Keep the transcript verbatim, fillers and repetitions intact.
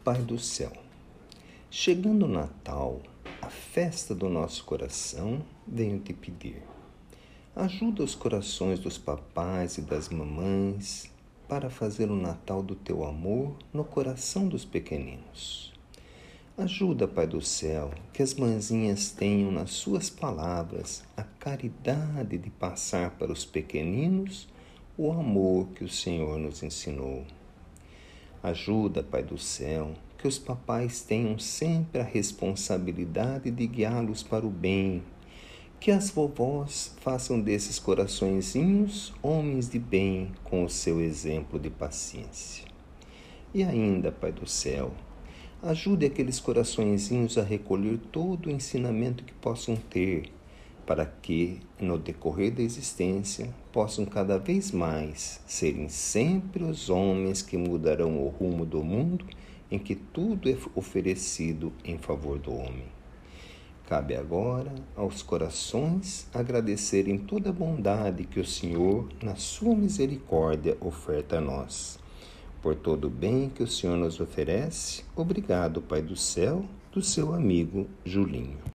Pai do céu, chegando o Natal, a festa do nosso coração, venho te pedir. Ajuda os corações dos papais e das mamães para fazer o Natal do teu amor no coração dos pequeninos. Ajuda, Pai do céu, que as mãezinhas tenham nas suas palavras a caridade de passar para os pequeninos o amor que o Senhor nos ensinou. Ajuda, Pai do céu, que os papais tenham sempre a responsabilidade de guiá-los para o bem, que as vovós façam desses coraçõezinhos homens de bem com o seu exemplo de paciência. E ainda, Pai do céu, ajude aqueles coraçõezinhos a recolher todo o ensinamento que possam ter, para que, no decorrer da existência, possam cada vez mais serem sempre os homens que mudarão o rumo do mundo em que tudo é oferecido em favor do homem. Cabe agora aos corações agradecerem toda a bondade que o Senhor, na sua misericórdia, oferta a nós. Por todo o bem que o Senhor nos oferece, obrigado, Pai do céu, do seu amigo Julinho.